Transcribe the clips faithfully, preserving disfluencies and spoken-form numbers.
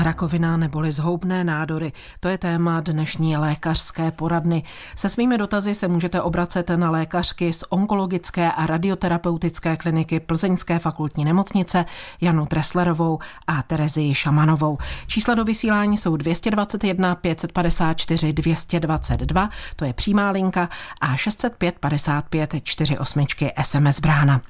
Rakovina neboli zhoubné nádory, to je téma dnešní lékařské poradny. Se svými dotazy se můžete obracet na lékařky z onkologické a radioterapeutické kliniky Plzeňské fakultní nemocnice Janu Dresslerovou a Terezii Šamanovou. Čísla do vysílání jsou dvě stě dvacet jedna pět padesát čtyři dvě stě dvacet dva, to je přímá linka, a šest set pět padesát pět čtyřicet osm es em es brána.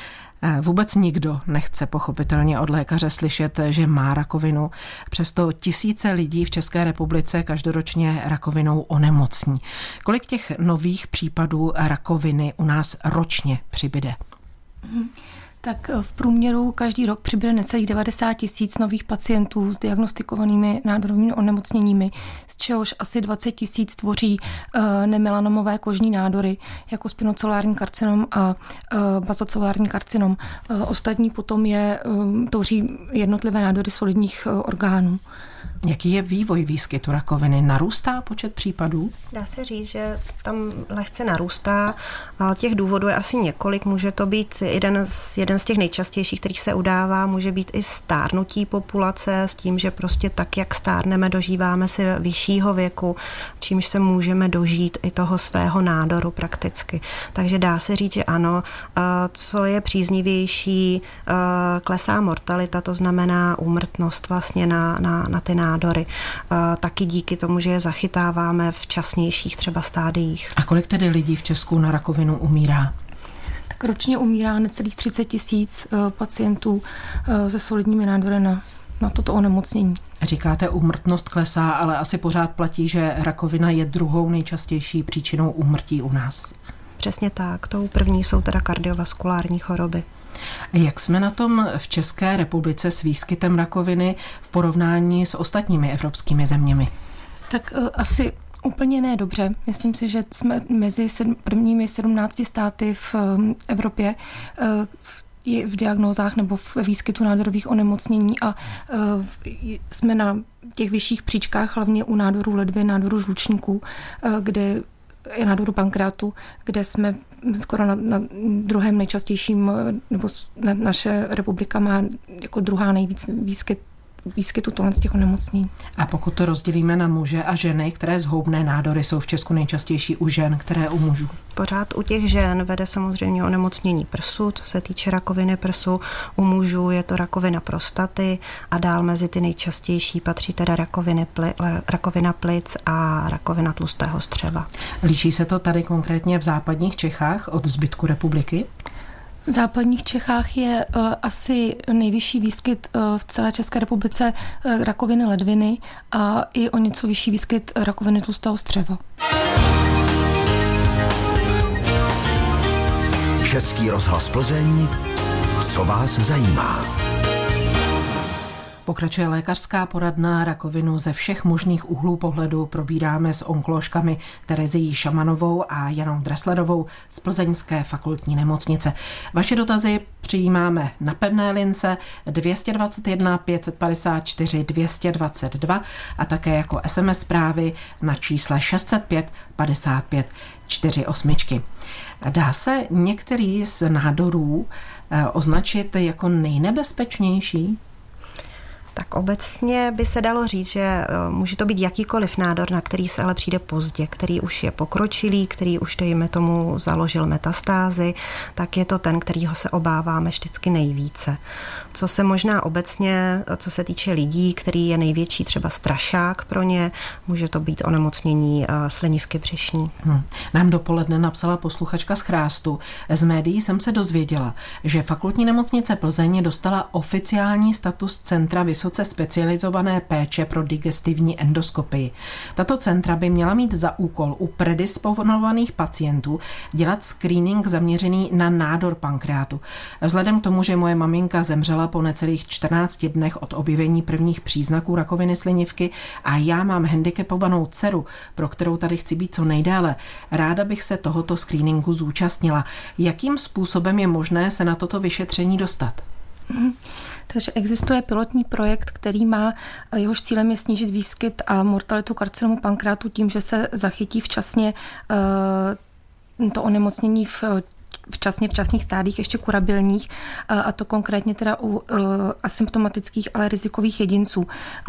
Vůbec nikdo nechce pochopitelně od lékaře slyšet, že má rakovinu. Přesto tisíce lidí v České republice každoročně rakovinou onemocní. Kolik těch nových případů rakoviny u nás ročně přibyde? Hmm. Tak v průměru každý rok přibude necelých devadesát tisíc nových pacientů s diagnostikovanými nádorovými onemocněními, z čehož asi dvacet tisíc tvoří uh, nemelanomové kožní nádory, jako spinocelulární karcinom a uh, bazocelulární karcinom. Uh, ostatní potom je, uh, tvoří jednotlivé nádory solidních uh, orgánů. Jaký je vývoj výskytu rakoviny? Narůstá počet případů? Dá se říct, že tam lehce narůstá. A těch důvodů je asi několik. Může to být jeden z, jeden z těch nejčastějších, kterých se udává. Může být i stárnutí populace s tím, že prostě tak, jak stárneme, dožíváme se vyššího věku, čímž se můžeme dožít i toho svého nádoru prakticky. Takže dá se říct, že ano. A co je příznivější, klesá mortalita, to znamená úmrtnost vlastně na, na, na ty nádory. Taky díky tomu, že je zachytáváme v časnějších třeba stádiích. A kolik tedy lidí v Česku na rakovinu umírá? Tak ročně umírá necelých třicet tisíc pacientů se solidními nádory na, na toto onemocnění. Říkáte, úmrtnost klesá, ale asi pořád platí, že rakovina je druhou nejčastější příčinou úmrtí u nás. Přesně tak. Tou první jsou teda kardiovaskulární choroby. Jak jsme na tom v České republice s výskytem rakoviny v porovnání s ostatními evropskými zeměmi? Tak uh, asi úplně ne dobře. Myslím si, že jsme mezi sedm, prvními sedmnácti státy v um, Evropě uh, v v diagnózách nebo v výskytu nádorových onemocnění a uh, jsme na těch vyšších příčkách, hlavně u nádorů ledvin, nádorů žlučníků, uh, kde je nádoru pankreatu, kde jsme skoro na, na druhém nejčastějším, nebo na, naše republika má jako druhá nejvíc výskyt, výskytu tohle z těch onemocnění. A pokud to rozdělíme na muže a ženy, které zhoubné nádory jsou v Česku nejčastější u žen, které u mužů? Pořád u těch žen vede samozřejmě onemocnění prsu, co se týče rakoviny prsu. U mužů je to rakovina prostaty a dál mezi ty nejčastější patří teda rakoviny pli, rakovina plic a rakovina tlustého střeva. Liší se to tady konkrétně v západních Čechách od zbytku republiky? V západních Čechách je uh, asi nejvyšší výskyt uh, v celé České republice uh, rakoviny ledviny a i o něco vyšší výskyt rakoviny tlustého střeva. Český rozhlas Plzeň, co vás zajímá? Pokračuje lékařská poradna. Rakovinu ze všech možných úhlů pohledu probíráme s onkoložkami Terezií Šamanovou a Janou Dresslerovou z Plzeňské fakultní nemocnice. Vaše dotazy přijímáme na pevné lince dvě stě dvacet jedna pět padesát čtyři dvě stě dvacet dva a také jako es em es zprávy na čísle šest set pět padesát pět čtyřicet osm. Dá se některý z nádorů označit jako nejnebezpečnější? Tak obecně by se dalo říct, že může to být jakýkoliv nádor, na který se ale přijde pozdě, který už je pokročilý, který už dejme tomu založil metastázy, tak je to ten, kterýho se obáváme vždycky nejvíce. Co se možná obecně, co se týče lidí, který je největší třeba strašák pro ně, může to být onemocnění slinivky břišní. Hmm. Nám dopoledne napsala posluchačka z Chrástu. Z médií jsem se dozvěděla, že fakultní nemocnice Plzeň dostala oficiální status centra vysoce specializované péče pro digestivní endoskopii. Tato centra by měla mít za úkol u predisponovaných pacientů dělat screening zaměřený na nádor pankreatu. Vzhledem k tomu, že moje maminka zemřela po necelých čtrnácti dnech od objevení prvních příznaků rakoviny slinivky a já mám handicapovanou dceru, pro kterou tady chci být co nejdéle, ráda bych se tohoto screeningu zúčastnila. Jakým způsobem je možné se na toto vyšetření dostat? Mm. Takže existuje pilotní projekt, který má, jehož cílem je snížit výskyt a mortalitu karcinomu pankreatu tím, že se zachytí včasně to onemocnění v včasně včasných stádích, ještě kurabilních, a to konkrétně teda u asymptomatických, ale rizikových jedinců.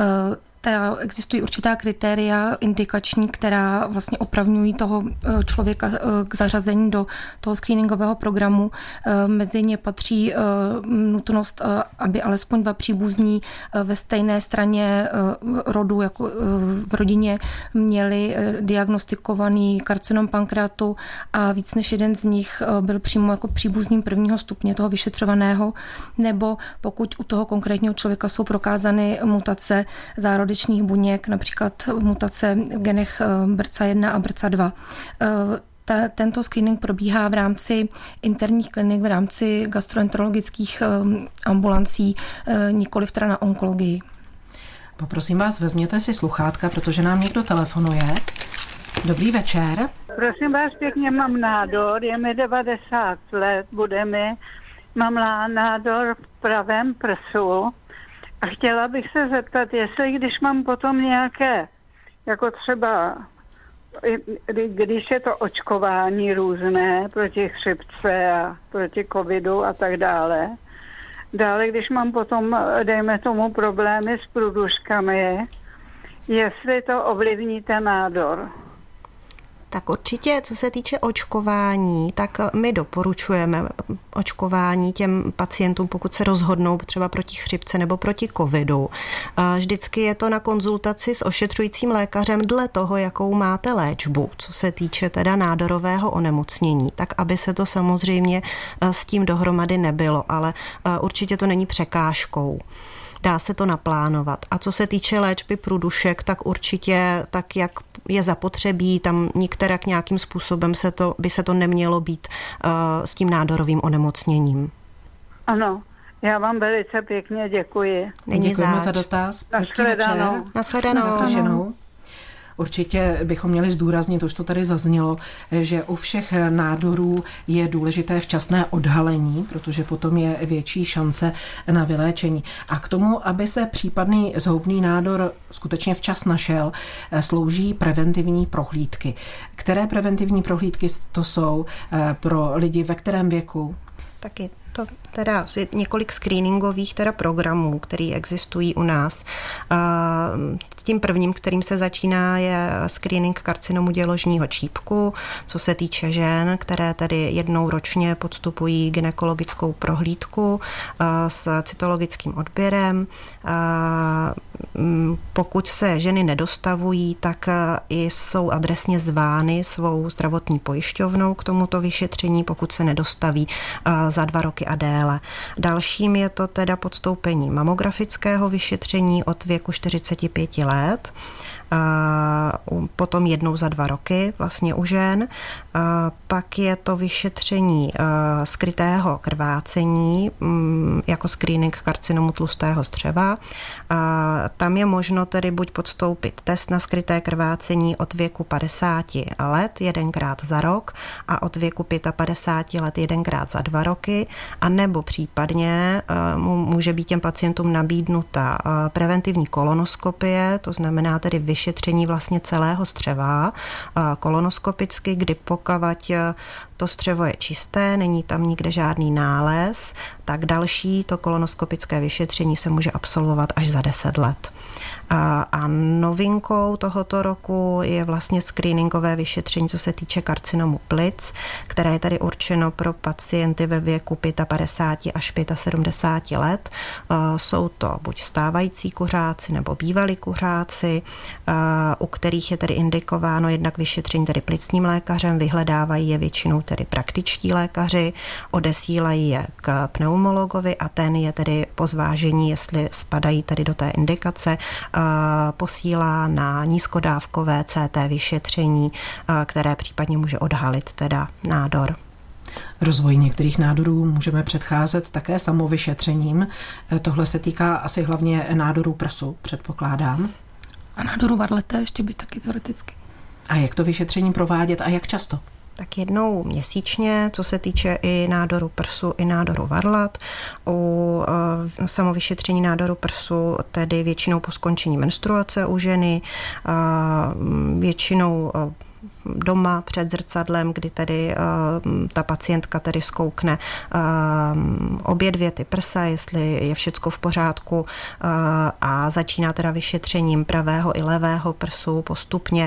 Ta, existují určitá kritéria indikační, která vlastně opravňují toho člověka k zařazení do toho screeningového programu. Mezi ně patří nutnost, aby alespoň dva příbuzní ve stejné straně rodu, jako v rodině, měli diagnostikovaný karcinom pankreatu a víc než jeden z nich byl přímo jako příbuzným prvního stupně toho vyšetřovaného, nebo pokud u toho konkrétního člověka jsou prokázány mutace zárodečných buněk, například mutace v genech B R C A jedna a B R C A dva. Ta, tento screening probíhá v rámci interních klinik, v rámci gastroenterologických ambulancí, nikoliv teda na onkologii. Poprosím vás, vezměte si sluchátka, protože nám někdo telefonuje. Dobrý večer. Prosím vás pěkně, mám nádor, je mi devadesát let, bude mi, mám nádor v pravém prsu. A chtěla bych se zeptat, jestli když mám potom nějaké, jako třeba, když je to očkování různé proti chřipce a proti covidu a tak dále, dále když mám potom, dejme tomu, problémy s průduškami, jestli to ovlivní ten nádor. Tak určitě, co se týče očkování, tak my doporučujeme očkování těm pacientům, pokud se rozhodnou třeba proti chřipce nebo proti covidu. Vždycky je to na konzultaci s ošetřujícím lékařem dle toho, jakou máte léčbu, co se týče teda nádorového onemocnění, tak aby se to samozřejmě s tím dohromady nebylo, ale určitě to není překážkou. Dá se to naplánovat. A co se týče léčby průdušek, tak určitě tak, jak je zapotřebí, tam některak nějakým způsobem se to, by se to nemělo být uh, s tím nádorovým onemocněním. Ano, já vám velice pěkně děkuji. Není Děkujeme zač. za dotaz. Nashledanou. Nashledanou. Určitě bychom měli zdůraznit, už to tady zaznělo, že u všech nádorů je důležité včasné odhalení, protože potom je větší šance na vyléčení. A k tomu, aby se případný zhoubný nádor skutečně včas našel, slouží preventivní prohlídky. Které preventivní prohlídky to jsou pro lidi ve kterém věku? Taky to teda několik screeningových teda programů, které existují u nás. Tím prvním, kterým se začíná, je screening karcinomu děložního čípku, co se týče žen, které tedy jednou ročně podstupují gynekologickou prohlídku s cytologickým odběrem. Pokud se ženy nedostavují, tak i jsou adresně zvány svou zdravotní pojišťovnou k tomuto vyšetření, pokud se nedostaví za dva roky a déle. Dalším je to teda podstoupení mamografického vyšetření od věku čtyřicet pět let, potom jednou za dva roky vlastně u žen. Pak je to vyšetření skrytého krvácení jako screening karcinomu tlustého střeva. Tam je možno tedy buď podstoupit test na skryté krvácení od věku padesát let jedenkrát za rok a od věku padesát pět let jedenkrát za dva roky, a nebo případně může být těm pacientům nabídnuta preventivní kolonoskopie, to znamená tedy vyšetření vlastně celého střeva kolonoskopicky, kdy pokud to střevo je čisté, není tam nikde žádný nález, tak další to kolonoskopické vyšetření se může absolvovat až za deset let. A, a novinkou tohoto roku je vlastně screeningové vyšetření, co se týče karcinomu plic, které je tady určeno pro pacienty ve věku padesát pět až sedmdesát pět let. Jsou to buď stávající kuřáci nebo bývalí kuřáci, u kterých je tedy indikováno jednak vyšetření tedy plicním lékařem, vyhledávají je většinou tedy praktičtí lékaři, odesílají je k pneumologovi a ten je tedy po zvážení, jestli spadají tedy do té indikace, posílá na nízkodávkové C T vyšetření, které případně může odhalit teda nádor. Rozvoj některých nádorů můžeme předcházet také samovyšetřením. Tohle se týká asi hlavně nádorů prsu, předpokládám. A nádoru varlete ještě by taky teoreticky. A jak to vyšetření provádět a jak často? Tak jednou měsíčně, co se týče i nádoru prsu, i nádoru varlat. U uh, samovyšetření nádoru prsu tedy většinou po skončení menstruace u ženy, uh, většinou uh, doma před zrcadlem, kdy tedy ta pacientka tedy zkoukne obě dvě ty prsa, jestli je všecko v pořádku, a začíná teda vyšetřením pravého i levého prsu postupně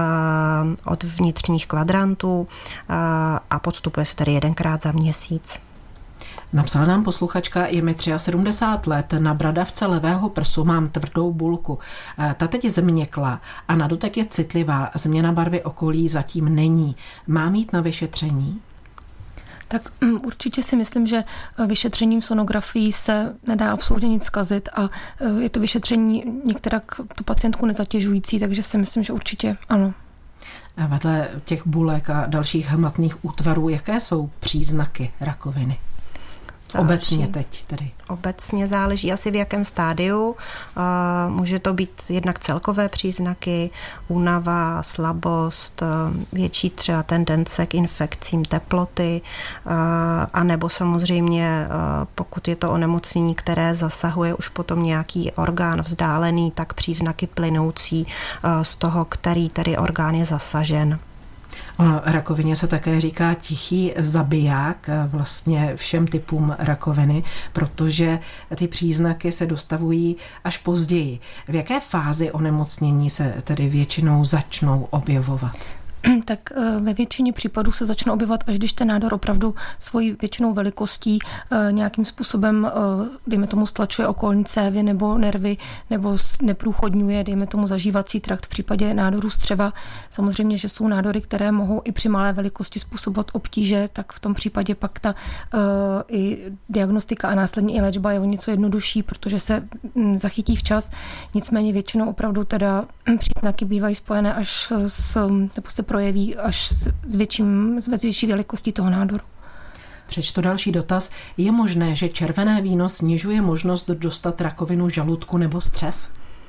od vnitřních kvadrantů a podstupuje se tedy jedenkrát za měsíc. Napsala nám posluchačka, je mi sedmdesát tři let, na bradavce levého prsu mám tvrdou bulku. Ta teď změkla a na dotek je citlivá, změna barvy okolí zatím není. Mám jít na vyšetření? Tak určitě si myslím, že vyšetřením sonografií se nedá absolutně nic zkazit a je to vyšetření některak tu pacientku nezatěžující, takže si myslím, že určitě ano. A vedle těch bulek a dalších hmatných útvarů, jaké jsou příznaky rakoviny? Záleží. Obecně teď tedy. Obecně záleží asi v jakém stádiu. Může to být jednak celkové příznaky, únava, slabost, větší třeba tendence k infekcím, teploty, a nebo samozřejmě, pokud je to onemocnění, které zasahuje už potom nějaký orgán vzdálený, tak příznaky plynoucí z toho, který tedy orgán je zasažen. O rakovině se také říká tichý zabiják vlastně všem typům rakoviny, protože ty příznaky se dostavují až později. V jaké fázi onemocnění se tedy většinou začnou objevovat? Tak ve většině případů se začne objevovat, až když ten nádor opravdu svojí většinou velikostí nějakým způsobem, dejme tomu, stlačuje okolní cévy nebo nervy, nebo neprůchodňuje, dejme tomu, zažívací trakt v případě nádorů střeva. Samozřejmě, že jsou nádory, které mohou i při malé velikosti způsobovat obtíže, tak v tom případě pak ta i diagnostika a následně i léčba je o něco jednodušší, protože se zachytí včas. Nicméně většinou opravdu teda příznaky bývají spojené až s, nebo se projeví až s, větším, s větší velikostí toho nádoru. Přečtu další dotaz. Je možné, že červené víno snižuje možnost dostat rakovinu žaludku nebo střev?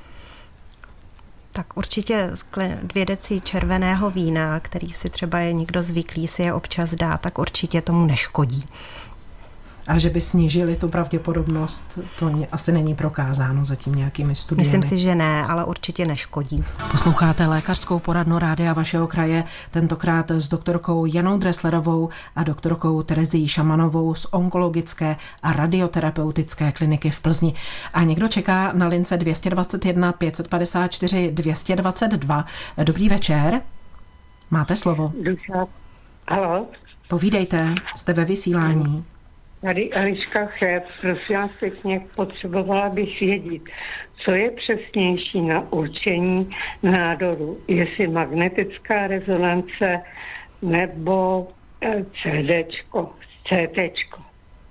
Tak určitě dvě deci červeného vína, který si třeba je někdo zvyklý si je občas dá, tak určitě tomu neškodí. A že by snížili tu pravděpodobnost, to asi není prokázáno zatím nějakými studiemi. Myslím si, že ne, ale určitě neškodí. Posloucháte lékařskou poradnu Rádia vašeho kraje, tentokrát s doktorkou Janou Dresslerovou a doktorkou Terezií Šamanovou z onkologické a radioterapeutické kliniky v Plzni. A někdo čeká na lince dvě stě dvacet jedna pět set padesát čtyři dvě stě dvacet dva. Dobrý večer. Máte slovo. Halo. Povídejte, jste ve vysílání. Tady Eliška Cheb, prosím vás pěkně, potřebovala bych vědět, co je přesnější na určení nádoru, jestli magnetická rezonance nebo CDčko, CTčko.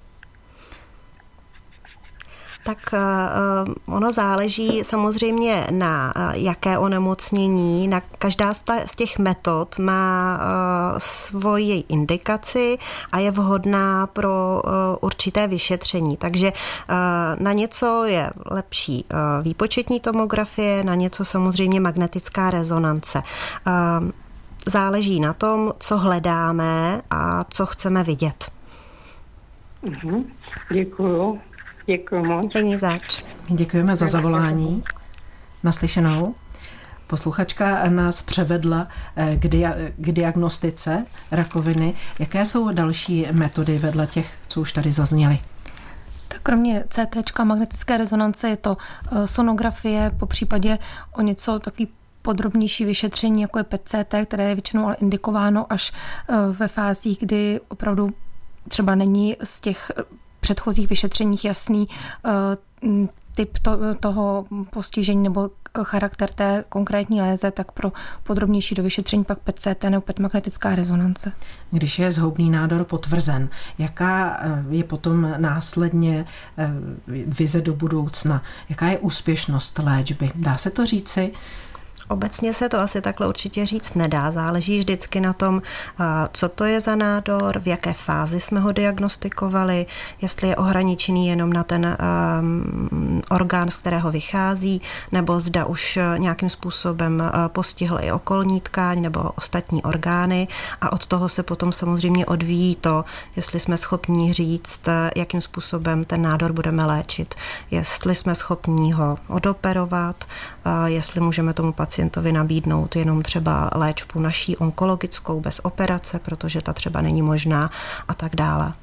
Tak uh, ono záleží samozřejmě na uh, jaké onemocnění. Na každá z těch metod má uh, svoji indikaci a je vhodná pro uh, určité vyšetření. Takže uh, na něco je lepší uh, výpočetní tomografie, na něco samozřejmě magnetická rezonance. Uh, záleží na tom, co hledáme a co chceme vidět. Mhm, děkuju. Děkuji moc. Není zač. Děkujeme za zavolání. Naslyšenou. Posluchačka nás převedla k, dia- k diagnostice rakoviny. Jaké jsou další metody vedle těch, co už tady zazněly? Tak kromě C T čka, magnetické rezonance, je to sonografie, po případě o něco takový podrobnější vyšetření, jako je P E T C T, které je většinou ale indikováno až ve fázích, kdy opravdu třeba není z těch předchozích vyšetřeních jasný uh, typ to, toho postižení nebo charakter té konkrétní léze, tak pro podrobnější do vyšetření pak P E T C T nebo P E T magnetická rezonance. Když je zhoubný nádor potvrzen, jaká je potom následně vize do budoucna? Jaká je úspěšnost léčby? Dá se to říci? Obecně se to asi takhle určitě říct nedá. Záleží vždycky na tom, co to je za nádor, v jaké fázi jsme ho diagnostikovali, jestli je ohraničený jenom na ten um, orgán, z kterého vychází, nebo zda už nějakým způsobem postihl i okolní tkáň nebo ostatní orgány. A od toho se potom samozřejmě odvíjí to, jestli jsme schopni říct, jakým způsobem ten nádor budeme léčit. Jestli jsme schopni ho odoperovat, jestli můžeme tomu pacientovi pacientovi nabídnout jenom třeba léčbu naší onkologickou bez operace, protože ta třeba není možná a tak dále.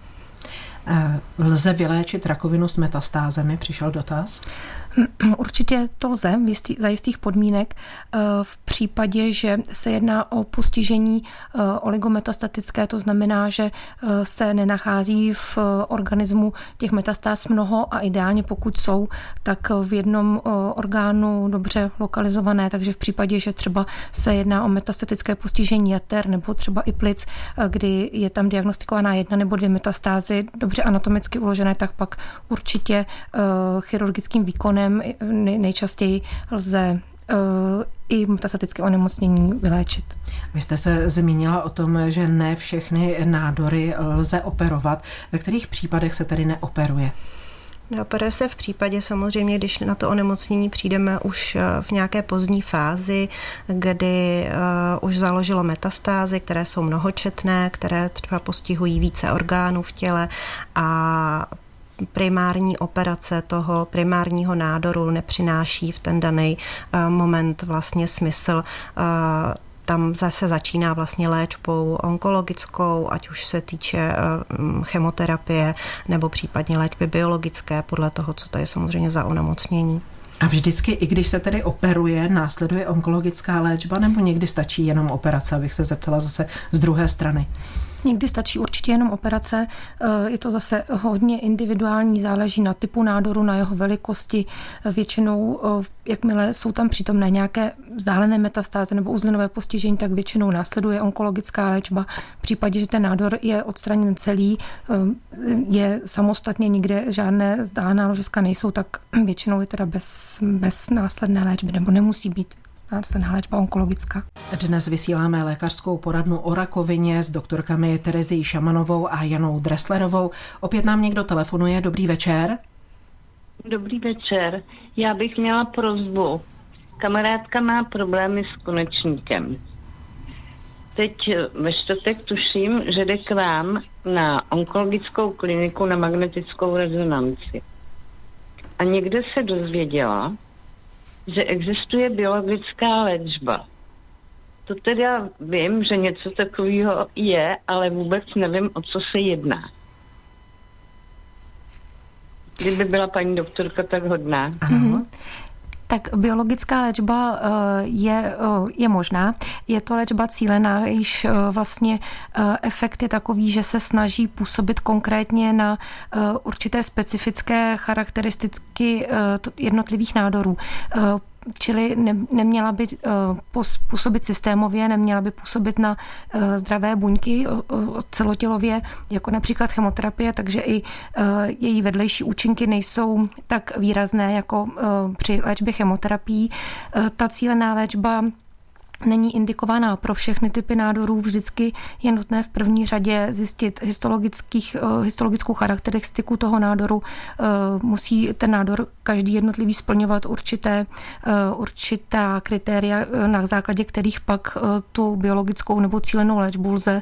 Lze vyléčit rakovinu s metastázemi? Přišel dotaz. Určitě to lze jistý, za jistých podmínek v případě, že se jedná o postižení oligometastatické, to znamená, že se nenachází v organismu těch metastáz mnoho a ideálně pokud jsou, tak v jednom orgánu dobře lokalizované, takže v případě, že třeba se jedná o metastatické postižení jater nebo třeba i plic, kdy je tam diagnostikovaná jedna nebo dvě metastázy dobře anatomicky uložené, tak pak určitě chirurgickým výkonem nejčastěji lze i metastatické onemocnění vyléčit. Vy jste se zmínila o tom, že ne všechny nádory lze operovat. Ve kterých případech se tedy neoperuje? Neoperuje se v případě samozřejmě, když na to onemocnění přijdeme už v nějaké pozdní fázi, kdy uh, už založilo metastázy, které jsou mnohočetné, které třeba postihují více orgánů v těle a primární operace toho primárního nádoru nepřináší v ten daný uh, moment vlastně smysl. Uh, Tam zase začíná vlastně léčbou onkologickou, ať už se týče chemoterapie nebo případně léčby biologické, podle toho, co to je samozřejmě za onemocnění. A vždycky, i když se tedy operuje, následuje onkologická léčba, nebo někdy stačí jenom operace, abych se zeptala zase z druhé strany? Někdy stačí určitě jenom operace, je to zase hodně individuální, záleží na typu nádoru, na jeho velikosti. Většinou, jakmile jsou tam přítomné nějaké vzdálené metastáze nebo uzlinové postižení, tak většinou následuje onkologická léčba. V případě, že ten nádor je odstraněn celý, je samostatně, nikde žádné vzdálená ložiska nejsou, tak většinou je teda bez, bez následné léčby nebo nemusí být následná léčba onkologická. Dnes vysíláme lékařskou poradnu o rakovině s doktorkami Terezí Šamanovou a Janou Dresslerovou. Opět nám někdo telefonuje. Dobrý večer. Dobrý večer. Já bych měla prosbu. Kamarádka má problémy s konečníkem. Teď ve čtvrtek tuším, že jde k vám na onkologickou kliniku na magnetickou rezonanci. A někde se dozvěděla, že existuje biologická léčba. To teda vím, že něco takového je, ale vůbec nevím, o co se jedná. Kdyby byla paní doktorka tak hodná. Ano. Tak biologická léčba je, je možná. Je to léčba cílená, již vlastně efekt je takový, že se snaží působit konkrétně na určité specifické charakteristiky jednotlivých nádorů. Čili ne, neměla by uh, působit systémově, neměla by působit na uh, zdravé buňky uh, celotělově, jako například chemoterapie, takže i uh, její vedlejší účinky nejsou tak výrazné jako uh, při léčbě chemoterapií. Uh, ta cílená léčba není indikovaná pro všechny typy nádorů, vždycky je nutné v první řadě zjistit histologických, histologickou charakteristiku toho nádoru. Musí ten nádor každý jednotlivý splňovat určité, určitá kritéria, na základě kterých pak tu biologickou nebo cílenou léčbu lze,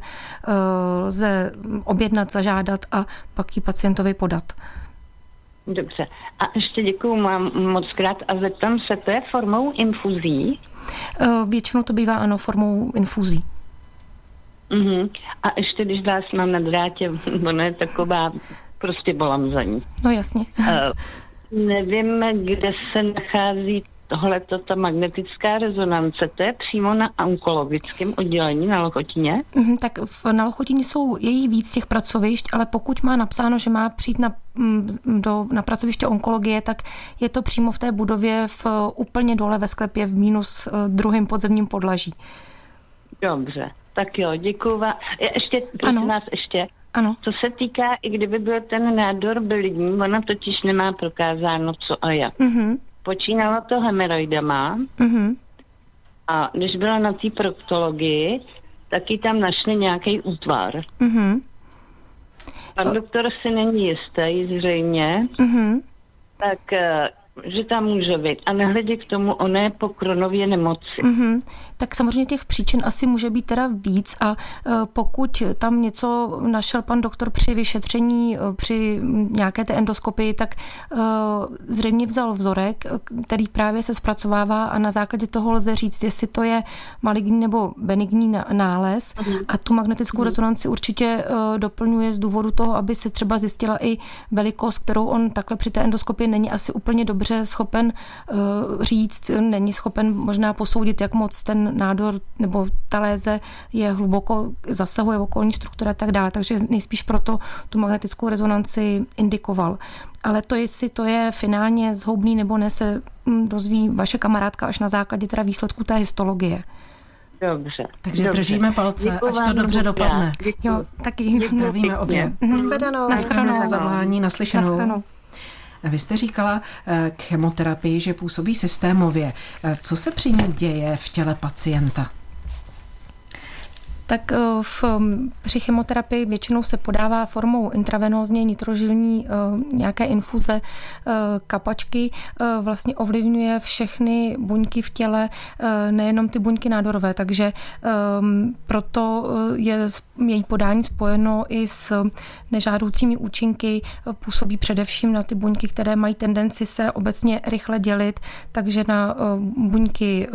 lze objednat, zažádat a pak ji pacientovi podat. Dobře. A ještě děkuju mám moc krát a zeptám se, to je formou infuzí? Většinou to bývá, ano, formou infuzí. Uh-huh. A ještě, když vás mám na drátě, ona je taková prostě bolám za ní. No jasně. Uh, nevím, kde se nachází tohleto, ta magnetická rezonance, to je přímo na onkologickém oddělení na Lochotině? Mm, tak v, na Lochotině jsou její víc těch pracovišť, ale pokud má napsáno, že má přijít na, do, na pracoviště onkologie, tak je to přímo v té budově v úplně dole ve sklepě v minus druhým podzemním podlaží. Dobře, tak jo, děkuju vám. Ještě, prosím vás, ještě. Ano. Co se týká, i kdyby byl ten nádor benigní, ona totiž nemá prokázáno co a jak. Mm-hmm. Počínalo to hemeroidama mm-hmm. a když byla na té proktologii, taky tam našli nějaký útvar. Mm-hmm. Pan o... doktor si není jistý, zřejmě, mm-hmm. tak že tam může být. A nehledě k tomu oné pokronově nemoci. Mm-hmm. Tak samozřejmě těch příčin asi může být teda víc a pokud tam něco našel pan doktor při vyšetření, při nějaké té endoskopii, tak zřejmě vzal vzorek, který právě se zpracovává a na základě toho lze říct, jestli to je maligní nebo benigní nález. Mm-hmm. A tu magnetickou mm-hmm. rezonanci určitě doplňuje z důvodu toho, aby se třeba zjistila i velikost, kterou on takhle při té endoskopii není asi úplně dobře schopen uh, říct, není schopen možná posoudit, jak moc ten nádor nebo ta léze je hluboko, zasahuje okolní struktura a tak dále. Takže nejspíš proto tu magnetickou rezonanci indikoval. Ale to, jestli to je finálně zhoubný nebo ne, se dozví vaše kamarádka až na základě teda výsledku té histologie. Dobře. Takže dobře. držíme palce, Děkuji, ať to dobře dopadne. Jo, taky. Zdravíme obě. Naschledanou. Naschledanou za zavolání, naslyšenou. Naschledanou. Vy jste říkala k chemoterapii, že působí systémově. Co se při ní děje v těle pacienta? Tak v, při chemoterapii většinou se podává formou intravenózně nitrožilní nějaké infuze, kapačky, vlastně ovlivňuje všechny buňky v těle, nejenom ty buňky nádorové, takže proto je její podání spojeno i s nežádoucími účinky, působí především na ty buňky, které mají tendenci se obecně rychle dělit, takže na buňky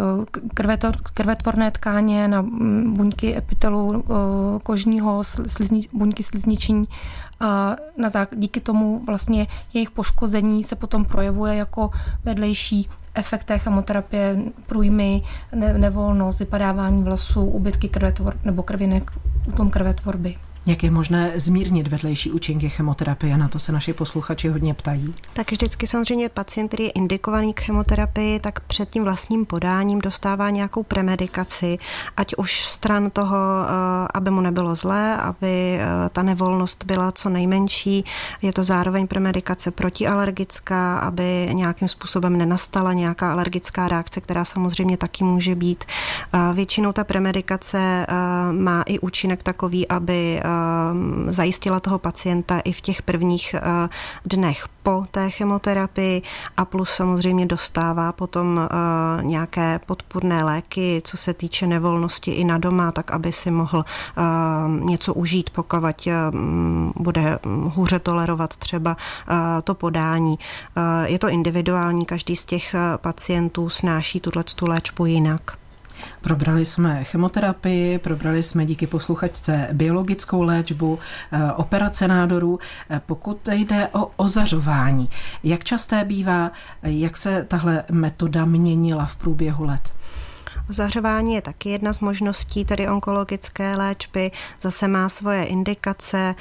krvetvorné tkáně, na buňky epitelů kožního, slizni, buňky slizniční a na zák- díky tomu vlastně jejich poškození se potom projevuje jako vedlejší efekt té chemoterapie, průjmy, ne- nevolnost, vypadávání vlasů, úbytky krvetvor nebo krvinek u tom krvetvorby. Jak je možné zmírnit vedlejší účinky chemoterapie? Na to se naši posluchači hodně ptají. Tak vždycky samozřejmě pacient, který je indikovaný k chemoterapii, tak před tím vlastním podáním dostává nějakou premedikaci, ať už stran toho, aby mu nebylo zlé, aby ta nevolnost byla co nejmenší. Je to zároveň premedikace protialergická, aby nějakým způsobem nenastala nějaká alergická reakce, která samozřejmě taky může být. Většinou ta premedikace má i účinek takový, aby zajistila toho pacienta i v těch prvních dnech po té chemoterapii a plus samozřejmě dostává potom nějaké podpůrné léky, co se týče nevolnosti i na doma, tak aby si mohl něco užít, pokud bude hůře tolerovat třeba to podání. Je to individuální, každý z těch pacientů snáší tuto léčbu jinak. Probrali jsme chemoterapii, probrali jsme díky posluchačce biologickou léčbu, operace nádorů. Pokud jde o ozařování, jak časté bývá, jak se tahle metoda měnila v průběhu let? Ozařování je taky jedna z možností tedy onkologické léčby, zase má svoje indikace,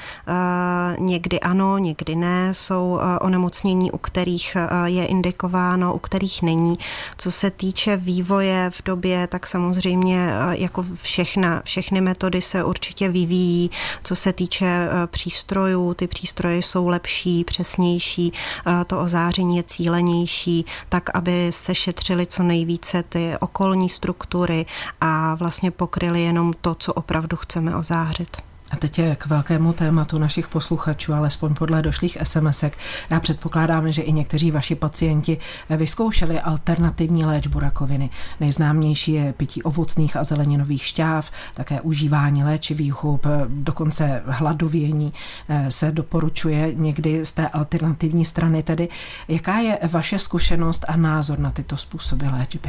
někdy ano, někdy ne, jsou onemocnění, u kterých je indikováno, u kterých není. Co se týče vývoje v době, tak samozřejmě jako všechna, všechny metody se určitě vyvíjí. Co se týče přístrojů, ty přístroje jsou lepší, přesnější, to ozáření je cílenější, tak aby se šetřily co nejvíce ty okolní struktury a vlastně pokryli jenom to, co opravdu chceme ozářit. A teď je k velkému tématu našich posluchačů, alespoň podle došlých SMSek. Já předpokládám, že i někteří vaši pacienti vyzkoušeli alternativní léčbu rakoviny. Nejznámější je pití ovocných a zeleninových šťáv, také užívání léčivých hub, dokonce hladovění se doporučuje někdy z té alternativní strany. Tedy jaká je vaše zkušenost a názor na tyto způsoby léčby?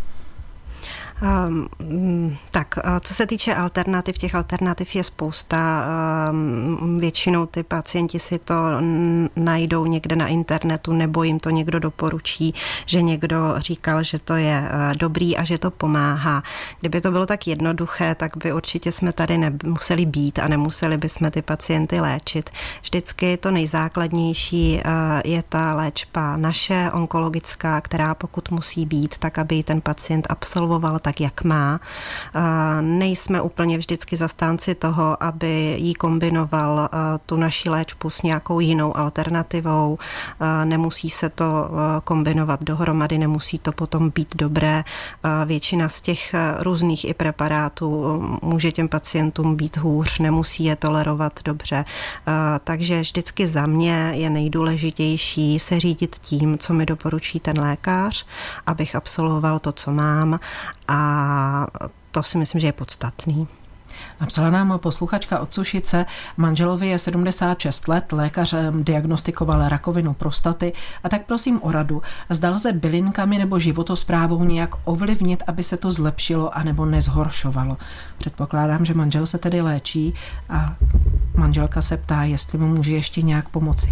Um, tak, co se týče alternativ, těch alternativ je spousta. Um, většinou ty pacienti si to najdou někde na internetu, nebo jim to někdo doporučí, že někdo říkal, že to je dobrý a že to pomáhá. Kdyby to bylo tak jednoduché, tak by určitě jsme tady nemuseli být a nemuseli bychom ty pacienty léčit. Vždycky to nejzákladnější je ta léčba naše, onkologická, která pokud musí být, tak aby ten pacient absolvoval tak, jak má. Nejsme úplně vždycky zastánci toho, aby jí kombinoval tu naši léčbu s nějakou jinou alternativou. Nemusí se to kombinovat dohromady, nemusí to potom být dobré. Většina z těch různých i preparátů může těm pacientům být hůř, nemusí je tolerovat dobře. Takže vždycky za mě je nejdůležitější se řídit tím, co mi doporučí ten lékař, abych absolvoval to, co mám, a to si myslím, že je podstatný. Napsala nám posluchačka od Sušice, manželovi je sedmdesát šest let, lékař diagnostikoval rakovinu prostaty a tak prosím o radu. Zda lze bylinkami nebo životosprávou nějak ovlivnit, aby se to zlepšilo anebo nezhoršovalo. Předpokládám, že manžel se tedy léčí a manželka se ptá, jestli mu může ještě nějak pomoci.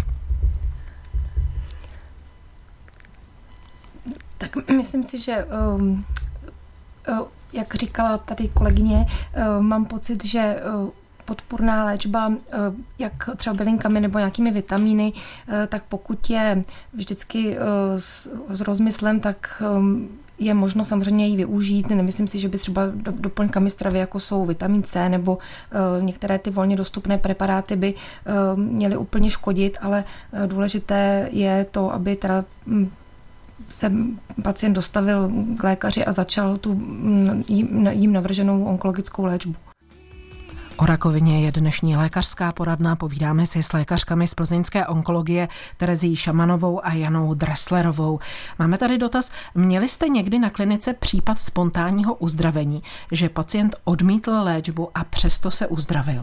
Tak myslím si, že um, uh, jak říkala tady kolegyně, mám pocit, že podpůrná léčba, jak třeba bylinkami nebo nějakými vitamíny, tak pokud je vždycky s, s rozmyslem, tak je možno samozřejmě ji využít. Nemyslím si, že by třeba doplňkami stravy, jako jsou vitamin C nebo některé ty volně dostupné preparáty by měly úplně škodit, ale důležité je to, aby teda se pacient dostavil k lékaři a začal tu jim navrženou onkologickou léčbu. O rakovině je dnešní lékařská poradna. Povídáme si s lékařkami z plzeňské onkologie Terezií Šamanovou a Janou Dresslerovou. Máme tady dotaz. Měli jste někdy na klinice případ spontánního uzdravení, že pacient odmítl léčbu a přesto se uzdravil?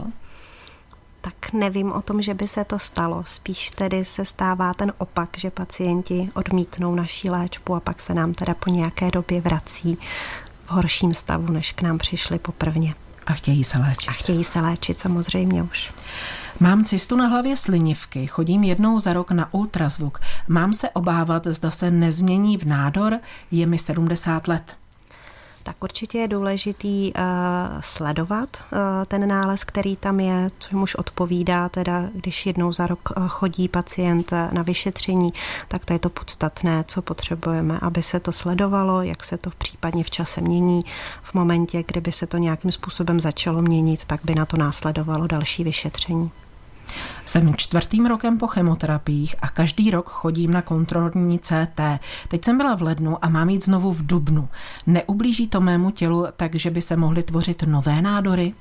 Tak nevím o tom, že by se to stalo. Spíš tedy se stává ten opak, že pacienti odmítnou naši léčbu a pak se nám teda po nějaké době vrací v horším stavu, než k nám přišli poprvně. A chtějí se léčit. A chtějí se léčit samozřejmě už. Mám cystu na hlavě slinivky, chodím jednou za rok na ultrazvuk. Mám se obávat, zda se nezmění v nádor, je mi sedmdesát let. Tak určitě je důležitý uh, sledovat uh, ten nález, který tam je, což už odpovídá, teda když jednou za rok uh, chodí pacient na vyšetření, tak to je to podstatné, co potřebujeme, aby se to sledovalo, jak se to případně v čase mění. V momentě, kdyby se to nějakým způsobem začalo měnit, tak by na to následovalo další vyšetření. Jsem čtvrtým rokem po chemoterapiích a každý rok chodím na kontrolní C T. Teď jsem byla v lednu a mám jít znovu v dubnu. Neublíží to mému tělu, takže by se mohly tvořit nové nádory?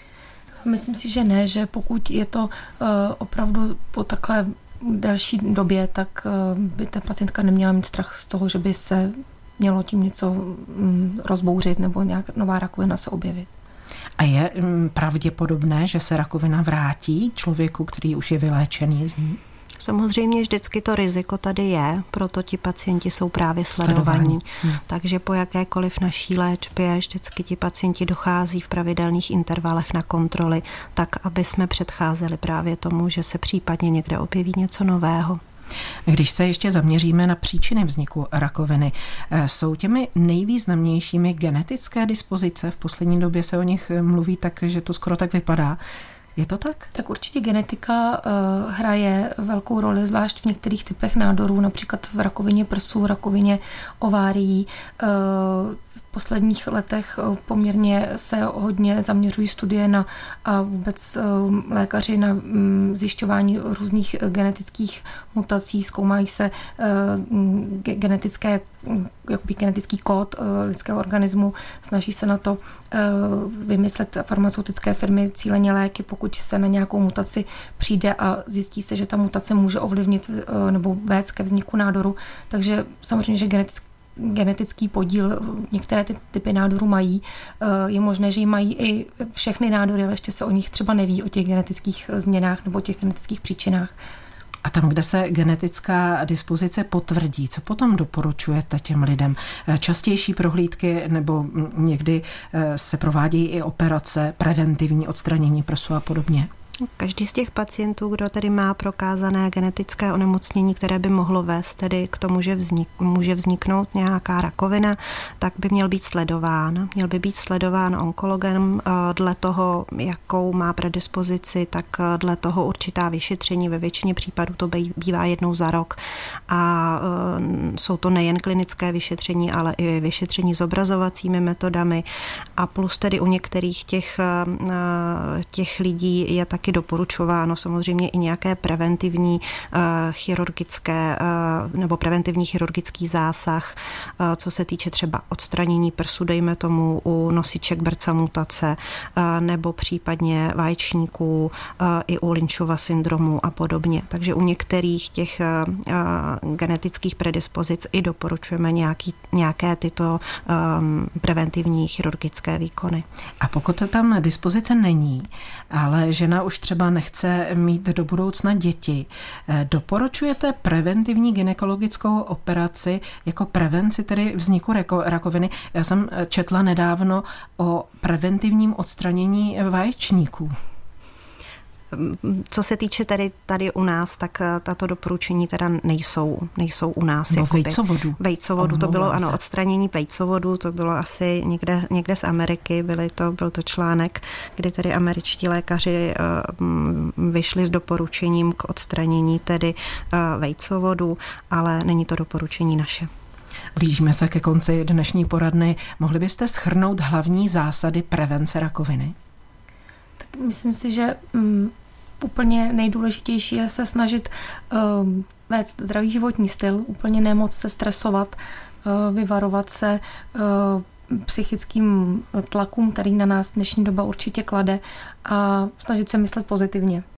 Myslím si, že ne, že pokud je to uh, opravdu po takhle delší době, tak uh, by ta pacientka neměla mít strach z toho, že by se mělo tím něco um, rozbouřit nebo nějak nová rakovina se objevit. A je pravděpodobné, že se rakovina vrátí člověku, který už je vyléčený z ní? Samozřejmě vždycky to riziko tady je, proto ti pacienti jsou právě sledovaní. Hmm. Takže po jakékoliv naší léčbě vždycky ti pacienti dochází v pravidelných intervalech na kontroly, tak aby jsme předcházeli právě tomu, že se případně někde objeví něco nového. Když se ještě zaměříme na příčiny vzniku rakoviny, jsou těmi nejvýznamnějšími genetické dispozice? V poslední době se o nich mluví tak, že to skoro tak vypadá. Je to tak? Tak určitě genetika uh, hraje velkou roli, zvlášť v některých typech nádorů, například v rakovině prsu, rakovině ovárií. Uh, v posledních letech poměrně se hodně zaměřují studie na a vůbec uh, lékaři na um, zjišťování různých genetických mutací, zkoumají se uh, genetické jakoby genetický kód uh, lidského organismu, snaží se na to uh, vymyslet farmaceutické firmy cíleně léky, pokud se na nějakou mutaci přijde a zjistí se, že ta mutace může ovlivnit uh, nebo vést ke vzniku nádoru. Takže samozřejmě, že genetický genetický podíl některé ty typy nádorů mají. Je možné, že mají i všechny nádory, ale ještě se o nich třeba neví, o těch genetických změnách nebo o těch genetických příčinách. A tam, kde se genetická dispozice potvrdí, co potom doporučujete těm lidem? Častější prohlídky nebo někdy se provádějí i operace, preventivní odstranění prsu a podobně? Každý z těch pacientů, kdo tedy má prokázané genetické onemocnění, které by mohlo vést tedy k tomu, že vznik, může vzniknout nějaká rakovina, tak by měl být sledován. Měl by být sledován onkologem dle toho, jakou má predispozici, tak dle toho určitá vyšetření. Ve většině případů to bývá jednou za rok a jsou to nejen klinické vyšetření, ale i vyšetření zobrazovacími metodami a plus tedy u některých těch, těch lidí je taky doporučováno samozřejmě i nějaké preventivní chirurgické nebo preventivní chirurgický zásah, co se týče třeba odstranění prsu, dejme tomu u nosiček Berca mutace nebo případně vaječníků i u Lynchova syndromu a podobně. Takže u některých těch genetických predispozic i doporučujeme nějaký, nějaké tyto preventivní chirurgické výkony. A pokud to tam dispozice není, ale žena už třeba nechce mít do budoucna děti, doporučujete preventivní gynekologickou operaci jako prevenci tedy vzniku rakoviny? Já jsem četla nedávno o preventivním odstranění vaječníků. Co se týče tady, tady u nás, tak tato doporučení teda nejsou, nejsou u nás. No vejcovodu. Vejcovodu, to bylo ano, odstranění vejcovodu, to bylo asi někde, někde z Ameriky, byly to, byl to článek, kdy tedy američtí lékaři uh, vyšli s doporučením k odstranění tedy uh, vejcovodu, ale není to doporučení naše. Blížíme se ke konci dnešní poradny. Mohli byste shrnout hlavní zásady prevence rakoviny? Tak myslím si, že um, úplně nejdůležitější je se snažit um, vést zdravý životní styl, úplně nemoc se stresovat, uh, vyvarovat se uh, psychickým tlakům, který na nás dnešní doba určitě klade a snažit se myslet pozitivně.